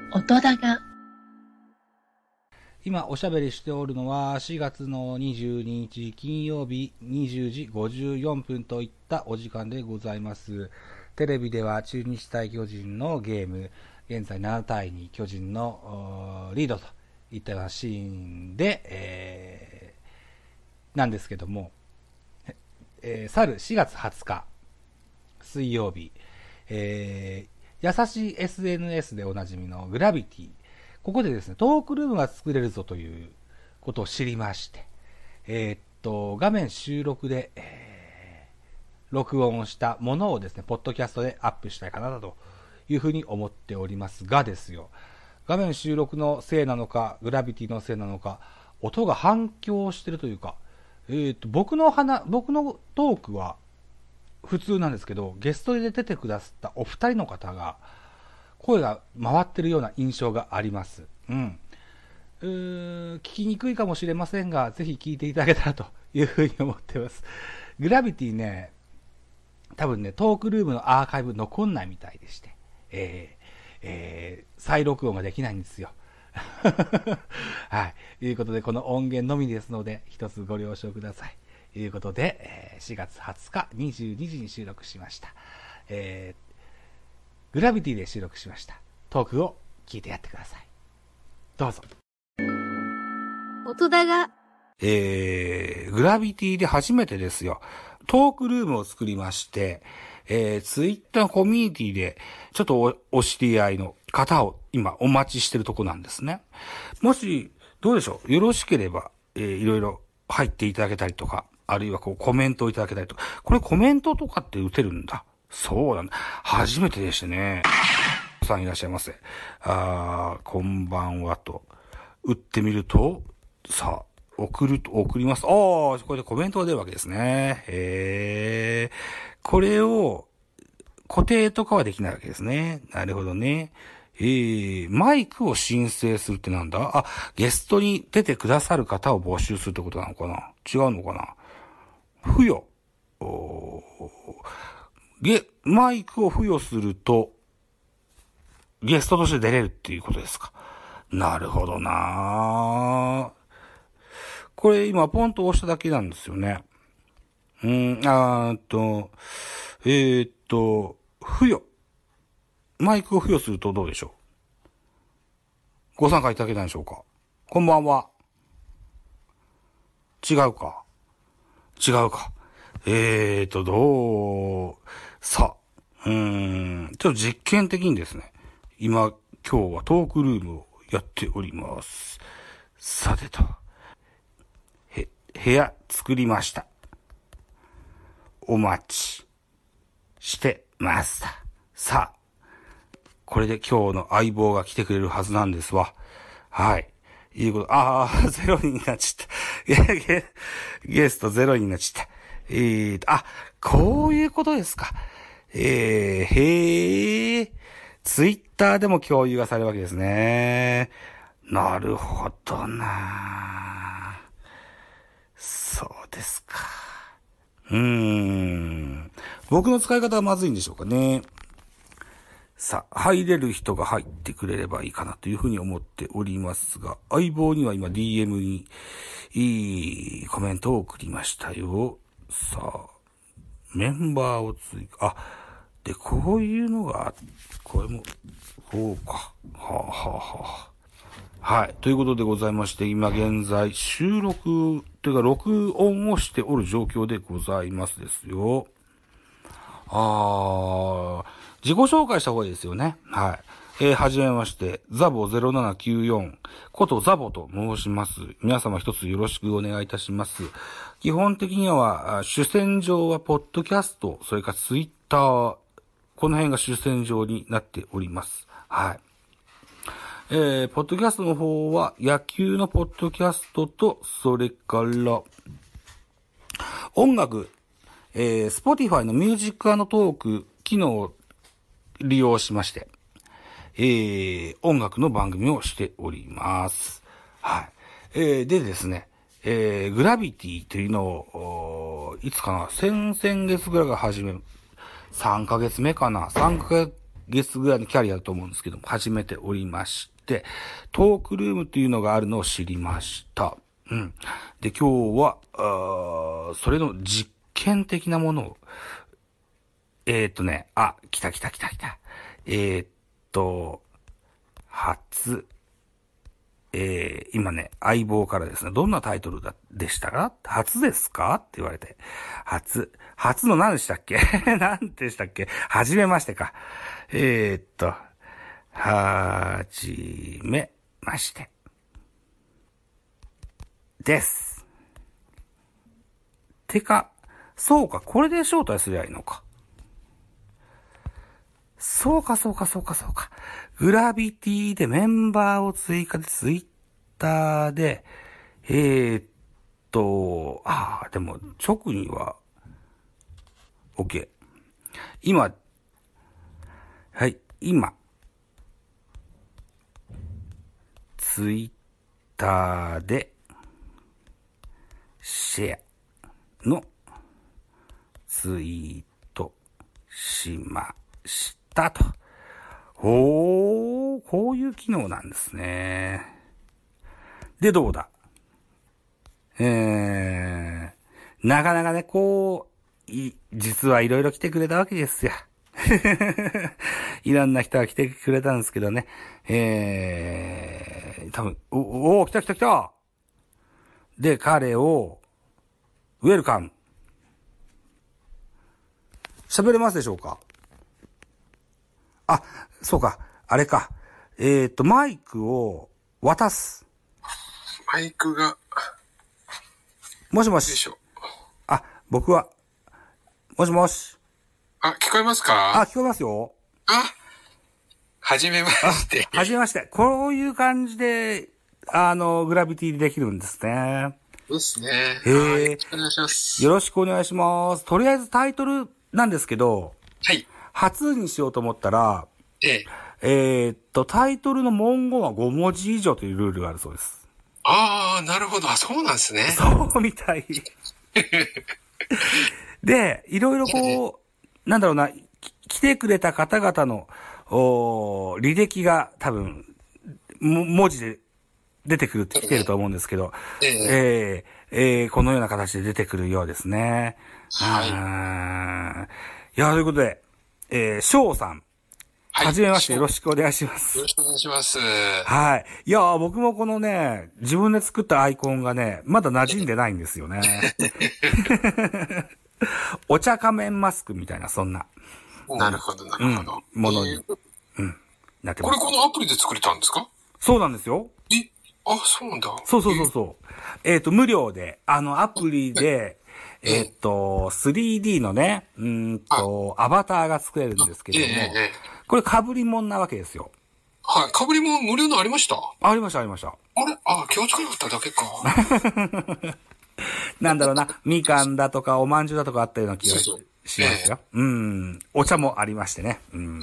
音高。 今おしゃべりしておるのは4月の22日金曜日20時54分といったお時間でございます。テレビでは中日対巨人のゲーム、現在7対2巨人のリードといったようなシーンで、なんですけども、去る4月20日水曜日、優しい SNS でおなじみのグラビティ、ここでですね、トークルームが作れるぞということを知りまして、画面収録で、録音をしたものをですね、ポッドキャストでアップしたいかなというふうに思っておりますがですよ、画面収録のせいなのか、グラビティのせいなのか、音が反響してるというか、僕のトークは普通なんですけど、ゲストで出てくださったお二人の方が、声が回ってるような印象があります。聞きにくいかもしれませんが、ぜひ聞いていただけたらというふうに思っています。グラビティね、多分ね、トークルームのアーカイブ残んないみたいでして、再録音ができないんですよ。はい。ということで、この音源のみですので、一つご了承ください。ということで、4月20日22時に収録しました。グラビティで収録しました。トークを聞いてやってください。どうぞ。 音高。 グラビティで初めてですよ。トークルームを作りまして、ツイッターコミュニティで、ちょっとお知り合いの方を今お待ちしてるとこなんですね。もし、どうでしょう。よろしければ、いろいろ入っていただけたりとか、あるいはこうコメントをいただけたりとか。これコメントとかって打てるんだ。そうなんだ。初めてでしてね。さんいらっしゃいませ。こんばんはと。打ってみると、さあ、送ります。これでコメントが出るわけですね。これを固定とかはできないわけですね。なるほどね。マイクを申請するってなんだ？ゲストに出てくださる方を募集するってことなのかな？違うのかな？付与。マイクを付与すると、ゲストとして出れるっていうことですか。なるほどなぁ。これ今ポンと押しただけなんですよね。付与。マイクを付与するとどうでしょう？ご参加いただけないでしょうか？こんばんは。違うか。さあ、ちょっと実験的にですね、今日はトークルームをやっております。さてと、部屋作りました。お待ちしてました。さあ、これで今日の相棒が来てくれるはずなんですわ。はい。いうこと、0人になっちゃった。ゲスト0人になっちゃった。こういうことですか。ツイッターでも共有がされるわけですね。なるほどな。そうですか。僕の使い方はまずいんでしょうかね。さあ、入れる人が入ってくれればいいかなというふうに思っておりますが、相棒には今 DM にいいコメントを送りましたよ。さあ、メンバーを追加。で、こういうのが、これも、こうか。はい。ということでございまして、今現在収録、というか録音をしておる状況でございますですよ。自己紹介した方がいいですよね。はい。はじめまして、ザボ0794ことザボと申します。皆様一つよろしくお願いいたします。基本的には、主戦場はポッドキャスト、それからツイッター、この辺が主戦場になっております。はい。ポッドキャストの方は野球のポッドキャストと、それから音楽、Spotify のミュージック&トーク機能を利用しまして、音楽の番組をしております。はい。でですね、グラビティというのを、いつかな、先々月ぐらいから始める。3ヶ月目かな。3ヶ月ぐらいのキャリアだと思うんですけども、始めておりまして、トークルームっていうのがあるのを知りました。うん。で、今日は、それの実験的なものを、来た。今ね、相棒からですね、どんなタイトルでしたか？初ですかって言われて。初の何でしたっけ何でしたっけ？はじめましてか。はじめまして。です。てか、そうか、これで招待すりゃいいのか。そうか。グラビティでメンバーを追加でツイッターで、でも直には、OK。今、ツイッターで、シェアのツイートしましたと。こういう機能なんですね。で、どうだ？なかなかね、実はいろいろ来てくれたわけですよ。いろんな人が来てくれたんですけどね。多分、来た。で、彼を、ウェルカム。喋れますでしょうか？あ、そうか。あれか。マイクを渡す。 マイクが。 もしもし。 よいしょ。 僕は。もしもし。 聞こえますか？ 聞こえますよ。 はじめまして。 はじめまして。こういう感じで、グラビティでできるんですね。 ですね。 よろしくお願いします。 よろしくお願いします。とりあえずタイトルなんですけど、 はい。 初にしようと思ったら、タイトルの文言は5文字以上というルールがあるそうです。 なるほど。そうなんですね。 そうみたい。で、いろいろ来てくれた方々の、履歴が多分、文字で出てくるって来てると思うんですけど、このような形で出てくるようですね。 はい。 いや、ということで、翔さん。はじめまして、よろしくお願いします。 よろしくお願いします。 はい。いや、僕もこのね、自分で作ったアイコンがね、まだ馴染んでないんですよね。お茶仮面マスクみたいな、そんな。 なるほど。 ものに。なってます。 このアプリで作れたんですか？ そうなんですよ。 そうなんだ。 そう。無料で、アプリで、3D のね、アバターが作れるんですけども、これ被り物なわけですよ。 はい。被り物無料のありました？ ありました。 あれ？気をつけなかっただけか。 なんだろうな、みかんだとかおまんじゅうだとかあったような気がしますよ。お茶もありましてね。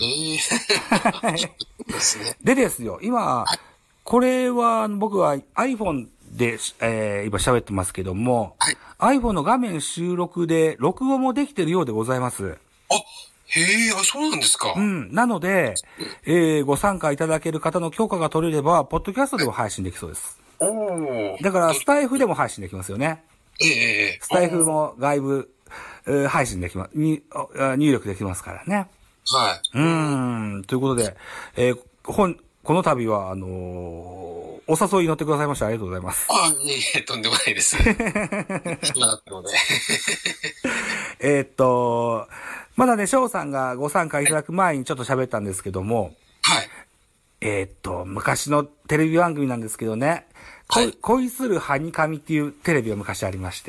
ですね。 でですよ、今、これは僕は iPhone で、今喋ってますけども、iPhone の画面収録で録音もできてるようでございます。 そうなんですか。 なので、ご参加いただける方の許可が取れれば、ポッドキャストでも配信できそうです。だから、スタイフでも配信できますよね。スタイフも外部、配信できます、入力できますからね。 はい。 ということで、この度は、お誘いに乗ってくださいましてありがとうございます。 とんでもないです。暇だったので。まだね、翔さんがご参加いただく前にちょっと喋ったんですけども、昔のテレビ番組なんですけどね、恋するはにかみっていうテレビが昔ありまして、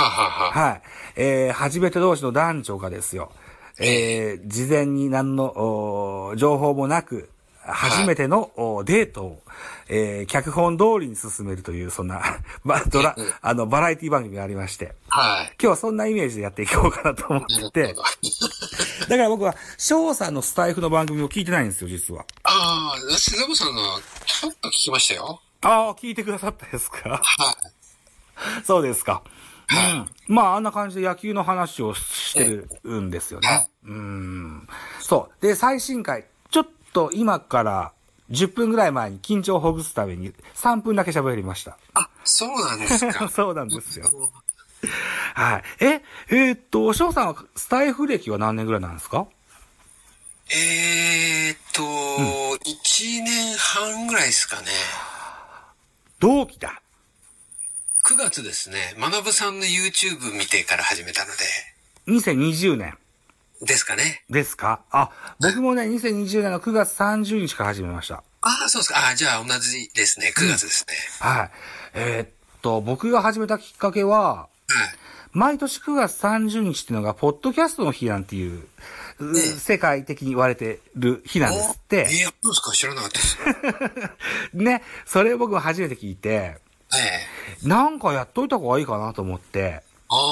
初めて同士の男女がですよ、事前に何の情報もなく、初めてのデートを、脚本通りに進めるという、そんなバラエティ番組がありまして、今日はそんなイメージでやっていこうかなと思ってて、だから僕は翔さんのスタイフの番組を聞いてないんですよ、実は。 しざぶさんのちょっと聞きましたよ。 聞いてくださったですか？そうですか。あんな感じで野球の話をしてるんですよね。 そう。で、最新回、ちょっと今から10分ぐらい前に緊張をほぐすために3分だけ喋りました。 あ、そうなんですか。 そうなんですよ。はい。翔さんはスタイフ歴は何年ぐらいなんですか 1年半ぐらいですかね。 同期だ。 9月ですね。学さんの YouTube 見てから始めたので。 2020年。 ですかね。 ですか？あ、僕もね、2020年の9月30日から始めました。 ああ、そうですか。あ、じゃあ同じですね。9月ですね。 はい。僕が始めたきっかけは、 はい。 毎年9月30日っていうのが、ポッドキャストの日なんていう、世界的に言われてる日なんですって。 そうですか？知らなかったです。 ね、それを僕も初めて聞いて、なんかやっといた方がいいかなと思って、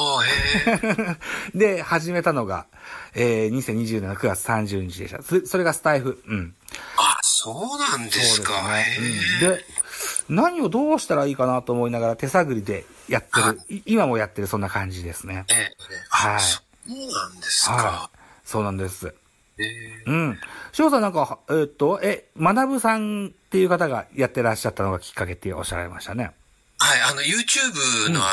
で、始めたのが、2020年の9月30日でした。それがスタイフ。うん。 あ、そうなんですか。 で、何をどうしたらいいかなと思いながら手探りでやってる。今もやってる、そんな感じですね。 はい。そうなんですか。 はい。そうなんです。うん。翔さんなんか、学さんっていう方がやってらっしゃったのがきっかけっておっしゃられましたね。 はい、YouTube の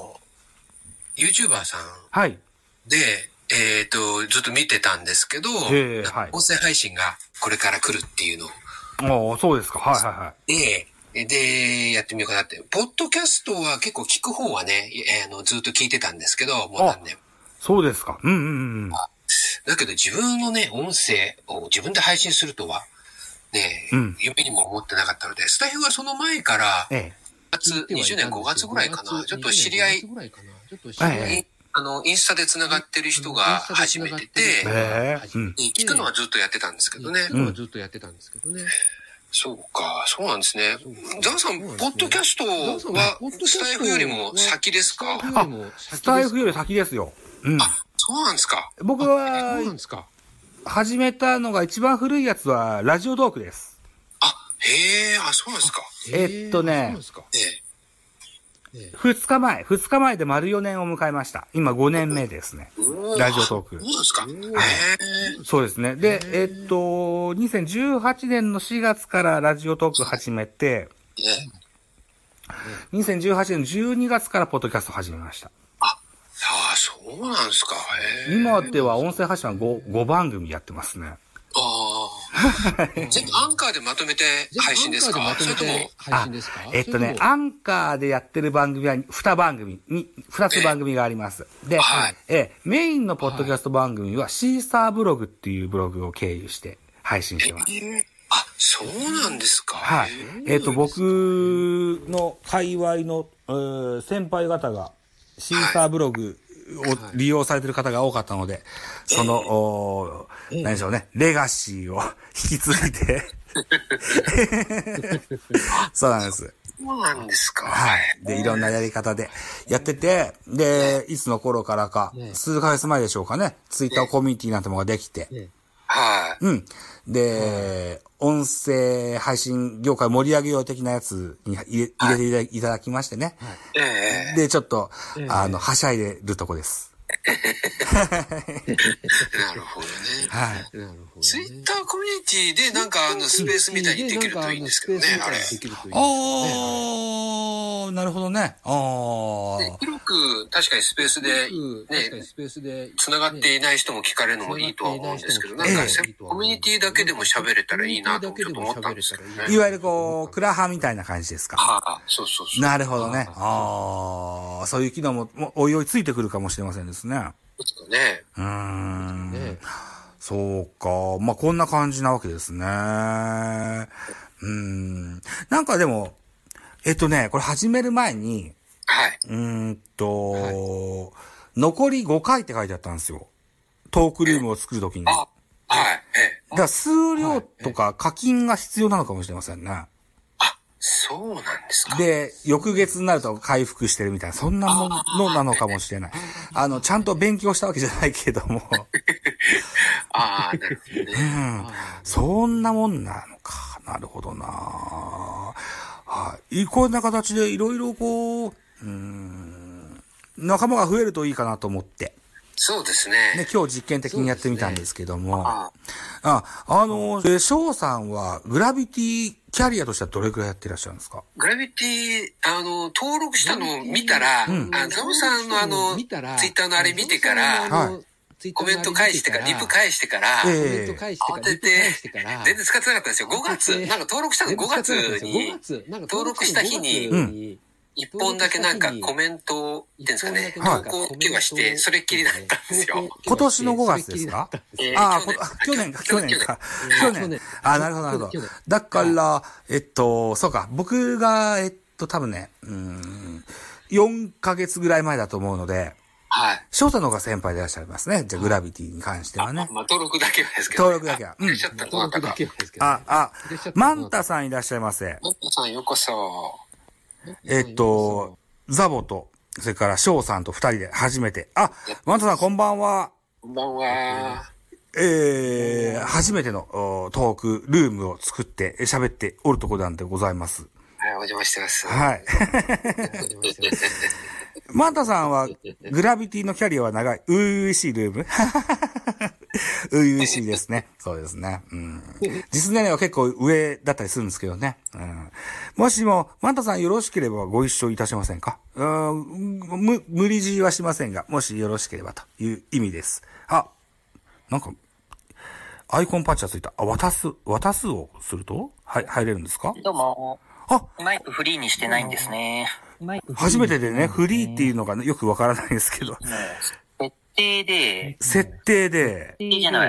YouTuber さん。 はい。 で、ずっと見てたんですけど、 はい。 音声配信がこれから来るっていうのを。 ああ、そうですか。はい。 で、やってみようかなって。ポッドキャストは結構聞く方はね、ずっと聞いてたんですけど、もう何年も。 そうですか。うん。 だけど自分のね、音声を自分で配信するとは、ね、夢にも思ってなかったので、スタイフはその前から、20年5月ぐらいかな、ちょっと知り合い、インスタで繋がってる人が始めてて、聞くのはずっとやってたんですけどね。そうか、そうなんですね。ザワさん、ポッドキャストはスタイフよりも先ですか？ スタイフより先ですよ。 あ、そうなんですか。 僕は、始めたのが一番古いやつはラジオトークです。 あ、へえ、あ、そうなんですか。 2日前で丸4年を迎えました。今5年目ですね。ラジオトーク。 そうですか。 そうですね。で、2018年の4月からラジオトーク始めて、2018年の12月からポッドキャスト始めました。 あ、そうなんですか。 今では音声発信は5番組やってますね。 全部アンカーでまとめて配信ですか？それともアンカーでやってる番組は2つ番組があります。で、メインのポッドキャスト番組はシーサーブログっていうブログを経由して配信してます。 あ、そうなんですか。 はい。僕の界隈の、先輩方がシーサーブログを利用されてる方が多かったので、その、何でしょうね、レガシーを引き継いでそうなんです。 そうなんですか。 はい。で、いろんなやり方でやってて、で、いつの頃からか、数ヶ月前でしょうかね、ツイッターコミュニティなんてものができて、で、音声配信業界を盛り上げよう的なやつに入れていただきましてね。で、ちょっと、はしゃいでるとこです。 なるほどね。 はい。 ツイッターコミュニティでなんかスペースみたいにできるといいんですけどね、あれ。 なるほどね。 広く確かにスペースでね、繋がっていない人も聞かれるのもいいとは思うんですけど、なんかコミュニティだけでも喋れたらいいなとちょっと思ったんですけどね。 いわゆるクラハみたいな感じですか。 そう。 なるほどね。そういう機能もおいおいついてくるかもしれませんですね。そうか。まあ、こんな感じなわけですね。なんかでも、これ始める前に、残り5回って書いてあったんですよ。トークルームを作るときに。だから数量とか課金が必要なのかもしれませんね。 そうなんですか。 で、翌月になると回復してるみたいな、そんなものなのかもしれない。ちゃんと勉強したわけじゃないけども。 なるほどね。 そんなもんなのか。なるほどな。はい。こんな形でいろいろ仲間が増えるといいかなと思って、 そうですね。 ね、今日実験的にやってみたんですけども。翔さんは、グラビティキャリアとしてはどれくらいやってらっしゃるんですか？ グラビティ、登録したのを見たら、ザボさんのツイッターのあれ見てから、コメント返してから、リプ返してから、慌てて、全然使ってなかったんですよ。5月、なんか登録したの5月に、登録した日に、一本だけなんかコメントを、っていうんですかね、投稿だけはして、それっきりだったんですよ。 今年の5月ですか？去年か。なるほど、なるほど。だから、そうか、僕が、多分ね、4ヶ月ぐらい前だと思うので、 はい。 翔さんの方が先輩でいらっしゃいますね。じゃあ、グラビティに関してはね。 登録だけはですけど。 登録だけは。 いらっしゃった登録だけはですけど。 マンタさんいらっしゃいませ。 マンタさんようこそ。 ザボと、それから翔さんと2人で初めて。マンタさんこんばんは。 こんばんは。 初めてのトークルームを作って喋っておるところなんでございます。 はい、お邪魔してます。 はい。マンタさんはグラビティのキャリアは長い。初々しいルーム々しいですね。そうですね。実年齢は結構上だったりするんですけどね。もしも、マンタさんよろしければご一緒いたしませんか？無理強いはしませんが、もしよろしければという意味です。なんか、アイコンパッチがついた。渡すをすると入れるんですか？ どうも。マイクフリーにしてないんですね。 初めてでね、フリーっていうのがよくわからないですけど。設定で。 じゃない、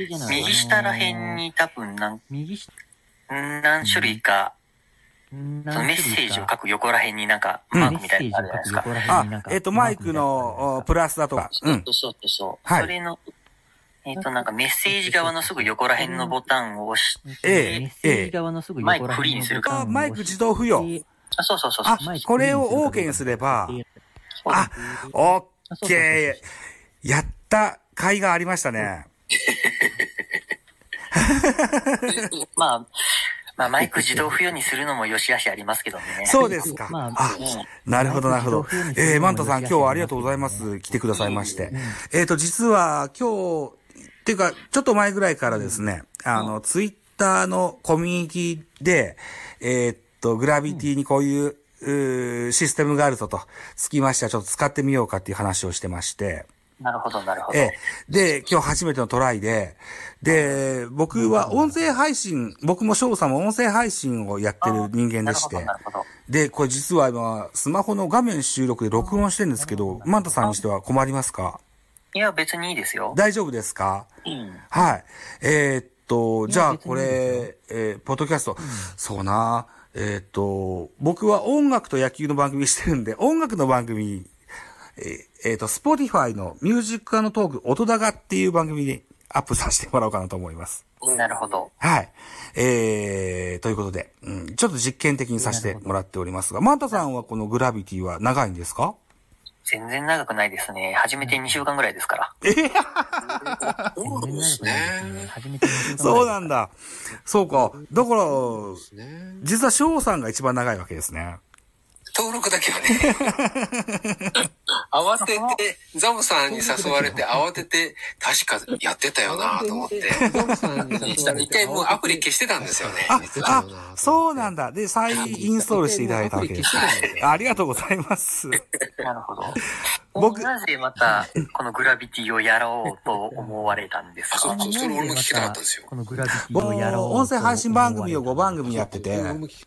右下ら辺に多分何種類か、そのメッセージを書く横ら辺になんかマークみたいなのあるじゃないですか。 マイクのプラスだとか。 そう。それの、なんかメッセージ側のすぐ横ら辺のボタンを押して、マイクフリーにするか。 マイク自動付与。 そう。 これを OK にすれば、OK。やった甲斐がありましたね。 まあ、マイク自動付与にするのも良し悪しありますけどね。 そうですか。なるほど。マンタさん今日はありがとうございます。来てくださいまして。実は今日、っていうか、ちょっと前ぐらいからですね、ツイッターのコミュニティで、グラビティにこういうシステムがあるぞと、つきましてはちょっと使ってみようかっていう話をしてまして。 なるほど。 で、今日初めてのトライで、僕は音声配信、僕も翔さんも音声配信をやってる人間でして、で、これ実は今、スマホの画面収録で録音してるんですけど、マンタさんにしては困りますか？ いや、別にいいですよ。 大丈夫ですか？はい。じゃあこれ、ポッドキャスト、そうな、僕は音楽と野球の番組してるんで、音楽の番組、Spotify のミュージック&トーク、音高っていう番組にアップさせてもらおうかなと思います。 なるほど。 はい。ということで、ちょっと実験的にさせてもらっておりますが、マンタさんはこのグラビティは長いんですか？ 全然長くないですね。始めて2週間ぐらいですから。 そうですね。 そうなんだ。そうか。だから、実は翔さんが一番長いわけですね。 登録だけはね。慌てて、ザボさんに誘われて慌てて、確かやってたよなと思って。一回もうアプリ消してたんですよね。 そうなんだ。で、再インストールしていただいたわけですね。ありがとうございます。なるほど。僕、なぜまた、このグラビティをやろうと思われたんですか？ それ俺も聞きたかったんですよ。 このグラビティをやろう。音声配信番組を5番組やってて、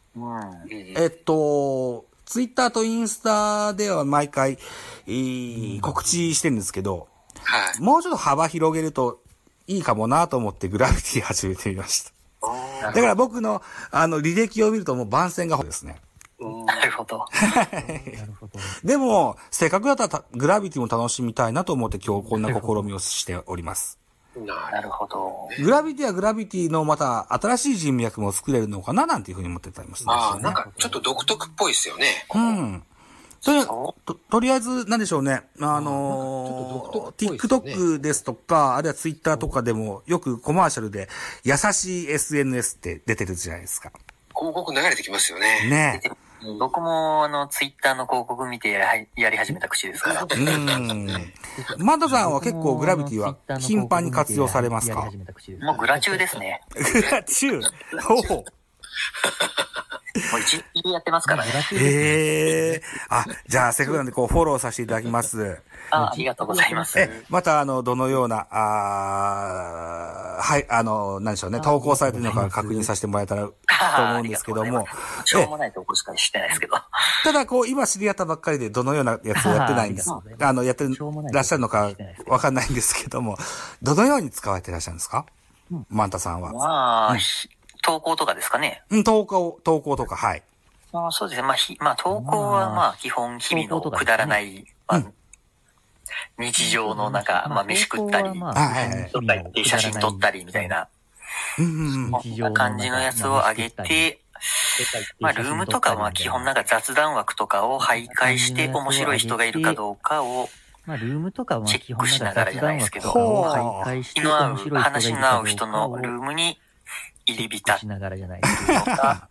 ツイッターとインスタでは毎回、告知してるんですけど、もうちょっと幅広げるといいかもなと思ってグラビティ始めてみました。だから僕の、履歴を見るともう番宣がですね。 なるほど。 でも、せっかくだったらグラビティも楽しみたいなと思って今日こんな試みをしております。 なるほど。 グラビティはグラビティのまた新しい人脈も作れるのかななんていうふうに思ってたりもするんですよね。 なんかちょっと独特っぽいですよね。 とりあえず、なんでしょうね。TikTok ですとか、あるいは Twitter とかでもよくコマーシャルで優しい SNS って出てるじゃないですか。 広告流れてきますよね。 ね僕もツイッターの広告見てやり始めた口ですから。 マンタさんは結構グラビティは頻繁に活用されますか？ もうグラ中ですね。 グラ中ほう。 もう一日やってますからね。 じゃあ、せっかくなんで、フォローさせていただきます。 ありがとうございます。 また、どのような、はい、何でしょうね、投稿されてるのか確認させてもらえたらと思うんですけども。 しょうもない投稿しかしてないですけど。 ただ、今知り合ったばっかりで、どのようなやつをやってないんです。やってらっしゃるのかわかんないんですけども、どのように使われてらっしゃるんですか？マンタさんは。 投稿とかですかね。 投稿とか、はい。 そうですね。投稿は基本日々のくだらない、日常の飯食ったり、写真撮ったりみたいな、こんな感じのやつを上げて、ルームとかは基本雑談枠とかを徘徊して面白い人がいるかどうかを、チェックしながらじゃないですけど、話の合う人のルームに入り浸しながらじゃないですか。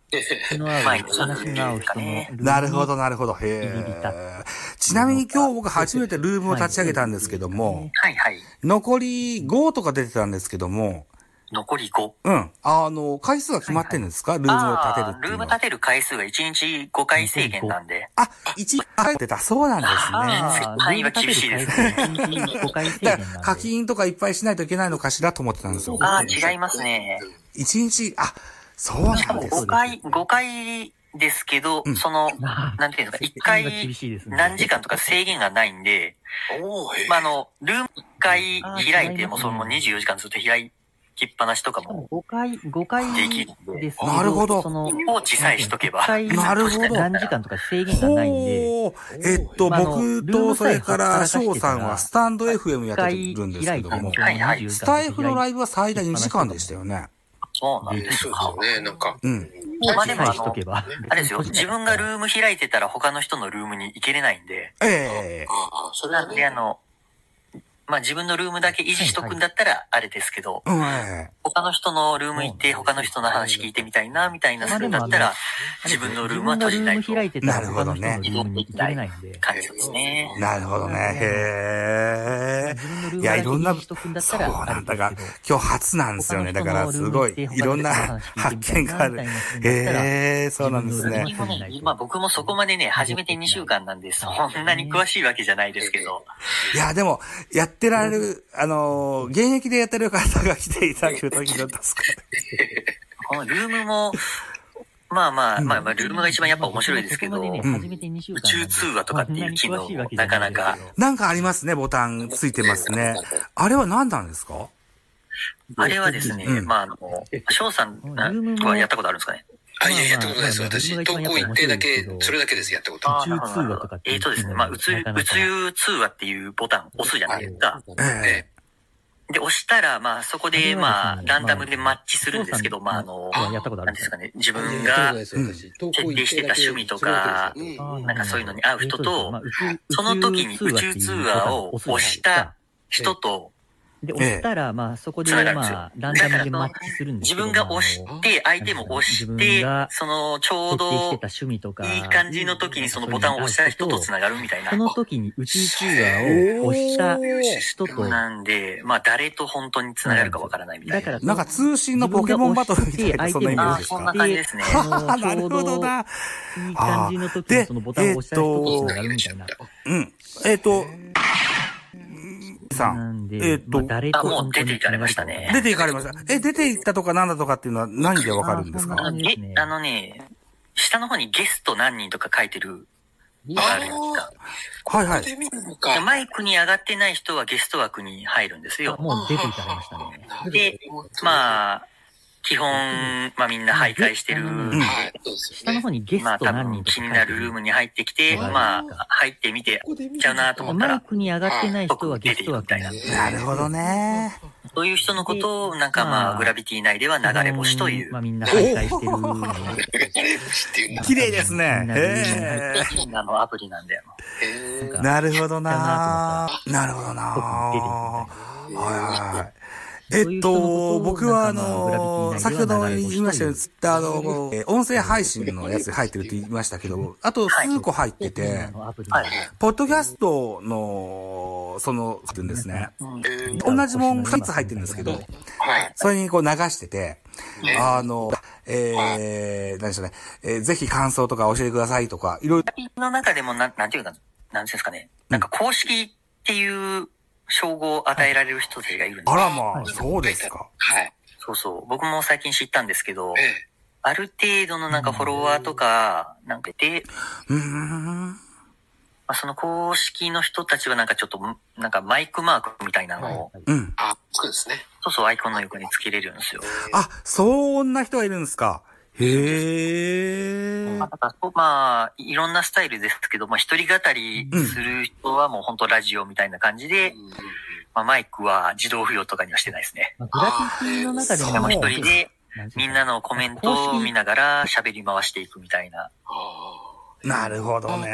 なるほど、なるほど。ちなみに今日僕初めてルームを立ち上げたんですけども、残り5とか出てたんですけども、 残り 5？ 回数が決まってるんですか？ルームを立てるっていうのは。 ルーム立てる回数が1日5回制限なんで。 1回出た、そうなんですね。 範囲は厳しいですね。5回制限なんで。 課金とかいっぱいしないといけないのかしらと思ってたんですよ。 違いますね。 1日、そうなんです。 5回ですけど、なんていうんですか、1回何時間とか制限がないんで、ルーム1回開いても、24時間ずっと開きっぱなしとかも5回できるんで。 なるほど。 放置さえしとけば。 なるほど。 何時間とか制限がないんで。 僕とそれから翔さんはスタンド FM やってるんですけども、スタイフのライブは最大2時間でしたよね。 そうなんですか。 ね、でもあれですよ、自分がルーム開いてたら他の人のルームに行けれないんで。 それはね。 自分のルームだけ維持しとくんだったらあれですけど、他の人のルーム行って他の人の話聞いてみたいな、みたいなするんだったら、自分のルームは閉じないと。 なるほどね。 移動できない感じですね。 なるほどね。へー。いや、いろんな、そうなんだが、今日初なんですよね。だからすごい、いろんな発見がある。そうなんですね。 僕もそこまでね、始めて2週間なんで、そんなに詳しいわけじゃないですけど。 いや、でも、やってられる、現役でやってる方が来ていただけるといいのですか？ このルームも、ルームが一番やっぱ面白いですけど、宇宙通話とかっていう機能、なかなか。 なんかありますね、ボタンついてますね。あれは何なんですか？ あれはですね、翔さんはやったことあるんですかね？ やったことないです。私、投稿一定だけ、それだけです、やったこと。 宇宙通話とかですね、宇宙通話っていうボタン押すじゃないですか。で、押したら、そこで、ランダムでマッチするんですけど、 やったことあるんですかね、自分が設定してた趣味とか、そういうのに合う人と、その時に宇宙通話を押した人と、 で、押したら、そこで、ランダムでマッチするんですけど。 自分が押して、相手も押して、ちょうど、いい感じの時にそのボタンを押した人と繋がるみたいな。 その時に宇宙通話を押した人と。 なんで、誰と本当に繋がるかわからないみたいな。 なんか通信のポケモンバトルみたいな、そんなイメージですか？ そんな感じですね。 なるほどな。 いい感じの時にそのボタンを押した人と繋がるみたいな。 さん。 もう出ていかれましたね。 出ていかれました。出ていったとかなんだとかっていうのは何でわかるんですか？ 下の方にゲスト何人とか書いてるのがあるじゃないですか。 はい。 マイクに上がってない人はゲスト枠に入るんですよ。 もう出ていかれましたね。 で、基本、みんな徘徊してる。 下の方にゲスト何人とか気になるルームに入ってきて、入ってみてちゃうなと思ったら。 マイクに上がってない人はゲスト枠になる。 なるほどね。 そういう人のことを、グラビティ内では流れ星という。 みんな徘徊してる。 綺麗ですね。 アプリなんだよ。 なるほどな。なるほどな。はい。 僕は先ほど言いましたように、ツイッターの、音声配信のやつ入ってるって言いましたけど、あと数個入ってて、ポッドキャストの、ってんですね。同じもん2つ入ってるんですけど、それにこう流してて、何でしょうね、ぜひ感想とか教えてくださいとか、いろいろ。 の中でもなんていうか、なんていうんですかね、なんか公式っていう称号を与えられる人たちがいるんです。 あらまあ、そうですか。 はい。 そうそう。僕も最近知ったんですけど、ある程度のなんかフォロワーとか、なんかで、その公式の人たちはなんかちょっと、なんかマイクマークみたいなのを、 そうですね。 そうそう、アイコンの横につけれるんですよ。 あ、そんな人がいるんですか。へー。 まあ、いろんなスタイルですけど、まあ一人語りする人はもう本当ラジオみたいな感じで、まあマイクは自動付与とかにはしてないですね。 グラフィティの中でも一人でみんなのコメントを見ながら喋り回していくみたいな。 なるほどね。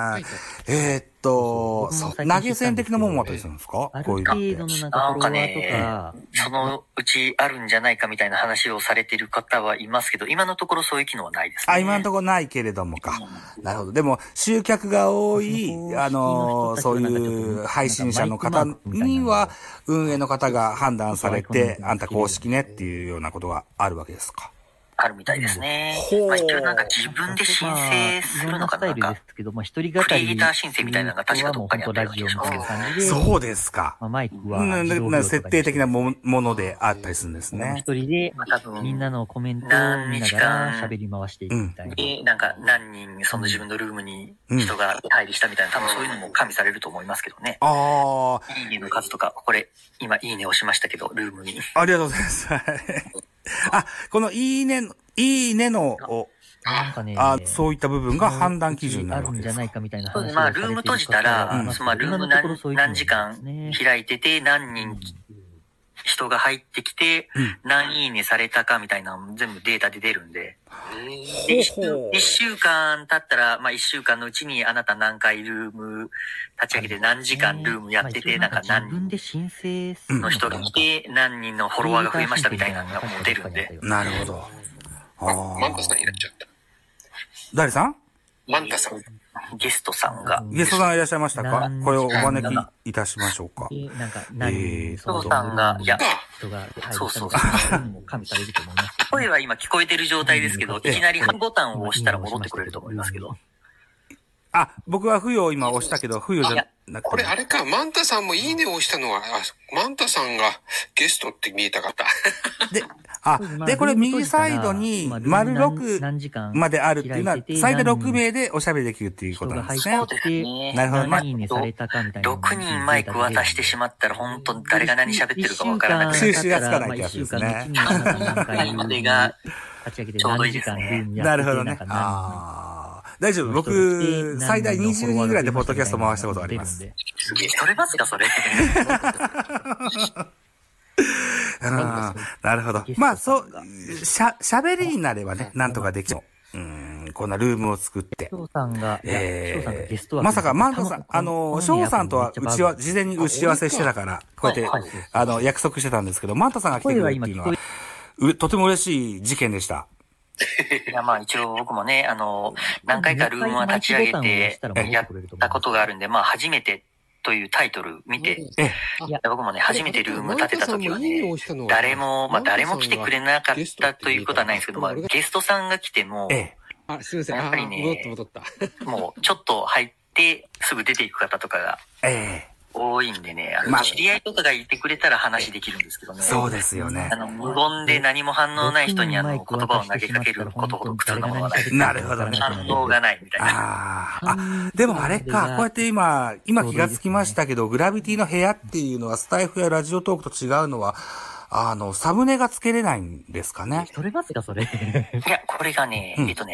投げ銭的なもんもあったりするんですか？こういうのって。 なんかね、そのうちあるんじゃないかみたいな話をされてる方はいますけど、今のところそういう機能はないですね。 今のところないけれどもか。なるほど。でも、集客が多い、そういう配信者の方には、運営の方が判断されて、あんた公式ねっていうようなことがあるわけですか？ あるみたいですね。まあ一応なんか自分で申請するのかな、なんか、クリエイター申請みたいなのが確かどっかにあったような気がしますけど。 そうですか。マイクは設定的なものであったりするんですね。 一人で、みんなのコメントを見ながら喋り回していくみたいな。 なんか何人、その自分のルームに人が入りしたみたいな、多分そういうのも加味されると思いますけどね。いいねの数とか、これ、今いいね押しましたけど、ルームに。 ありがとうございます。このいいねの、そういった部分が判断基準になるわけですか？ まあ、ルーム閉じたら、まあ、ルーム何時間開いてて、何人人が入ってきて、何いいねされたかみたいなの全部データで出るんで。一週間経ったら、まあ一週間のうちにあなた何回ルーム立ち上げて何時間ルームやってて、なんか何人の人が来て、何人のフォロワーが増えましたみたいなのがもう出るんで。 なるほど。 マンタさんいらっしゃった。 誰さん？ マンタさん。 ゲストさんが。 ゲストさんいらっしゃいましたか？これをお招きいたしましょうか。 ゲストさんが、いや、そうそう。声は今聞こえてる状態ですけど、いきなりボタンを押したら戻ってくれると思いますけど。 僕は付与を今押したけど、付与じゃなくて。 これあれか、マンタさんもいいねを押したのは、マンタさんがゲストって見えたかった。 で、これ右サイドに、丸6まであるっていうのは、最大6名でおしゃべりできるっていうことなんですね。 そうですね。 なるほどね。 6人マイク渡してしまったら、本当誰が何喋ってるかわからなくな収集がつかないってやつですね。 までが、ちょうどいいですね。 なるほどね。大丈夫。僕、最大20人ぐらいでポッドキャスト回したことあります。 それますか、それ。 なるほど。まあ、喋りになればね、なんとかできそう。こんなルームを作って。まさか、マンタさん、翔さんとは事前に打ち合わせしてたから、こうやって、約束してたんですけど、マンタさんが来てくれるっていうのは、とても嬉しい事件でした。 いや、まあ一応僕もね、何回かルームは立ち上げてやったことがあるんで、まあ初めてというタイトル見て、僕もね、初めてルーム立てた時はね、誰も来てくれなかったということはないんですけど、まあゲストさんが来ても、 すみません。 やっぱりね、 戻った。 もうちょっと入ってすぐ出ていく方とかが、多いんでね、知り合いとかがいてくれたら話できるんですけどね。 そうですよね。 無言で何も反応ない人に言葉を投げかけることほど苦痛なものはない。 なるほどね。 反応がないみたいな。 でもあれか、こうやって今気がつきましたけど、グラビティの部屋っていうのはスタイフやラジオトークと違うのは、サムネがつけれないんですかね。 それますか、それ。 いや、これがね、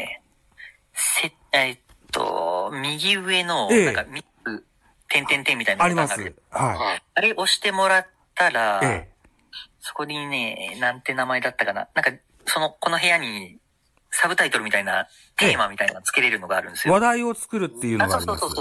右上の、なんか、点みたいなあります。 はい。あれ押してもらったら、そこにね、なんて名前だったかな。なんか、この部屋に、サブタイトルみたいな、テーマみたいなのつけれるのがあるんですよ。 話題を作るっていうのがあります。 そう。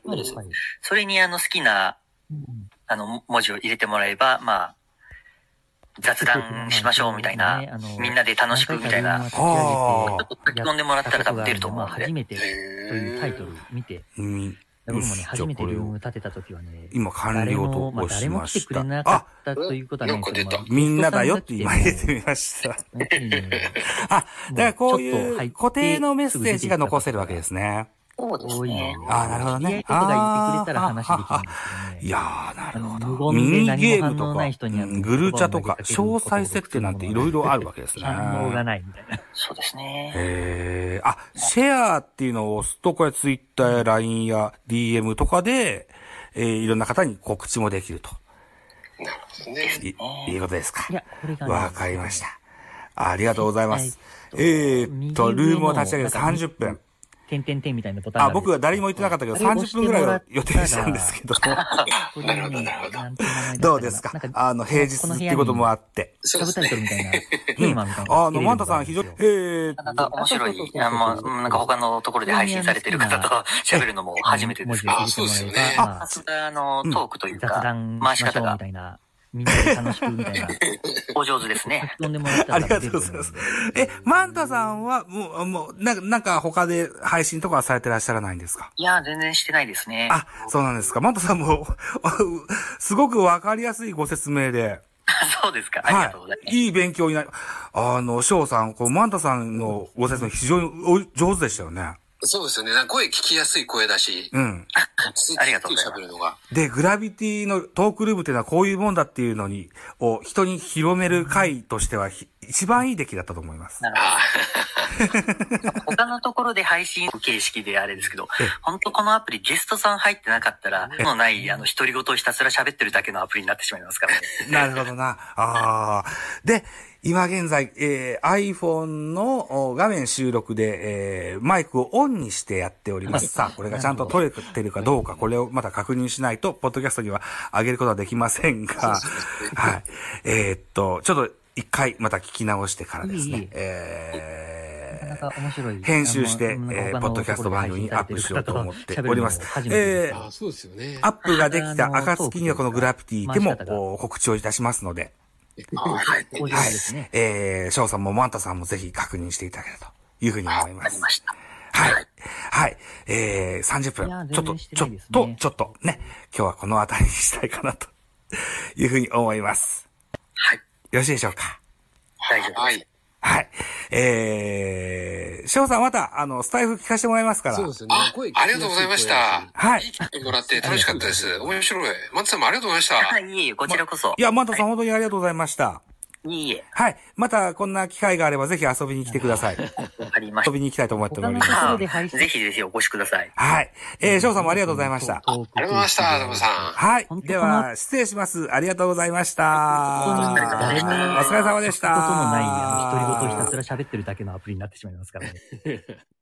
それに好きな、文字を入れてもらえば、まあ、 雑談しましょうみたいな、みんなで楽しくみたいな、ちょっと書き込んでもらったら多分出ると思うんで。 初めてというタイトル見て、僕もね、初めてルーム立てた時はね、 今完了と押しました。 誰も来てくれなかったということはないけど、 みんなだよって今入れてみました。あ、だからこういう固定のメッセージが残せるわけですね。 そうですね。 あ、なるほどね。 知り合いとかが言ってくれたら話できるんですけどね。 いやー、なるほど。ミニゲームとか、グルチャとか、詳細設定なんていろいろあるわけですね。 反応がないみたいな。 そうですね。 シェアっていうのを押すと、これツイッターや LINE や DM とかで、いろんな方に告知もできると。 なるほどね。 いうことですか。 いや、これがね。 わかりました。ありがとうございます。ルームを立ち上げる30分。 点々点みたいなボタンが僕は誰にも言ってなかったけど、30分ぐらいを予定したんですけど。どうですか平日っていうこともあって。 サブタイトルみたいな。テーマみたいな。 マンタさん非常に、 なんか面白い。なんか他のところで配信されてる方と喋るのも初めてですけど。 そうですよね。 トークというか、回し方が。 みんなで楽しくみたいな。 お上手ですね。 ありがとうございます。マンタさんは、もう、なんか他で配信とかはされてらっしゃらないんですか？ いや、全然してないですね。 あ、そうなんですか。マンタさんも、すごくわかりやすいご説明で。 そうですか。ありがとうございます。 いい勉強になる。翔さん、マンタさんのご説明非常に上手でしたよね。 そうですよね。声聞きやすい声だし。 うん。 ありがとうございます。 で、グラビティのトークルームっていうのはこういうもんだっていうのを人に広める回としては一番いい出来だったと思います。 なるほど。他のところで配信形式であれですけど、本当このアプリゲストさん入ってなかったら、のない独り言をひたすら喋ってるだけのアプリになってしまいますからね。 なるほどな。で、今現在、iPhone の画面収録で、マイクをオンにしてやっております。さあ、これがちゃんと撮れてるかどうか、これをまた確認しないと、ポッドキャストには上げることはできませんが、はい。ちょっと一回また聞き直してからですね、編集して、ポッドキャスト番組にアップしようと思っております。 そうですよね。 アップができた暁にはこのグラビティでも告知をいたしますので、はい。翔さんもマンタさんもぜひ確認していただけるというふうに思います。 ありました。 はい。はい。30分。ちょっとね、今日はこのあたりにしたいかなというふうに思います。 はい。よろしいでしょうか？ 大丈夫です。 はい。翔さんまた、スタイフ聞かせてもらいますから。 そうですね。ありがとうございました。 はい。 いい聞いてもらって楽しかったです。面白い。マンタさんもありがとうございました。 はい、いえ、こちらこそ。 いや、マンタさん本当にありがとうございました。 いいえ。 はい。また、こんな機会があれば、ぜひ遊びに来てください。 ありました。 遊びに行きたいと思っております。 ぜひぜひお越しください。 はい。翔さんもありがとうございました。 ありがとうございました、トムさん。 はい。では、失礼します。ありがとうございました。お疲れ様でした。 ことのない、独り言をひたすら喋ってるだけのアプリになってしまいますからね。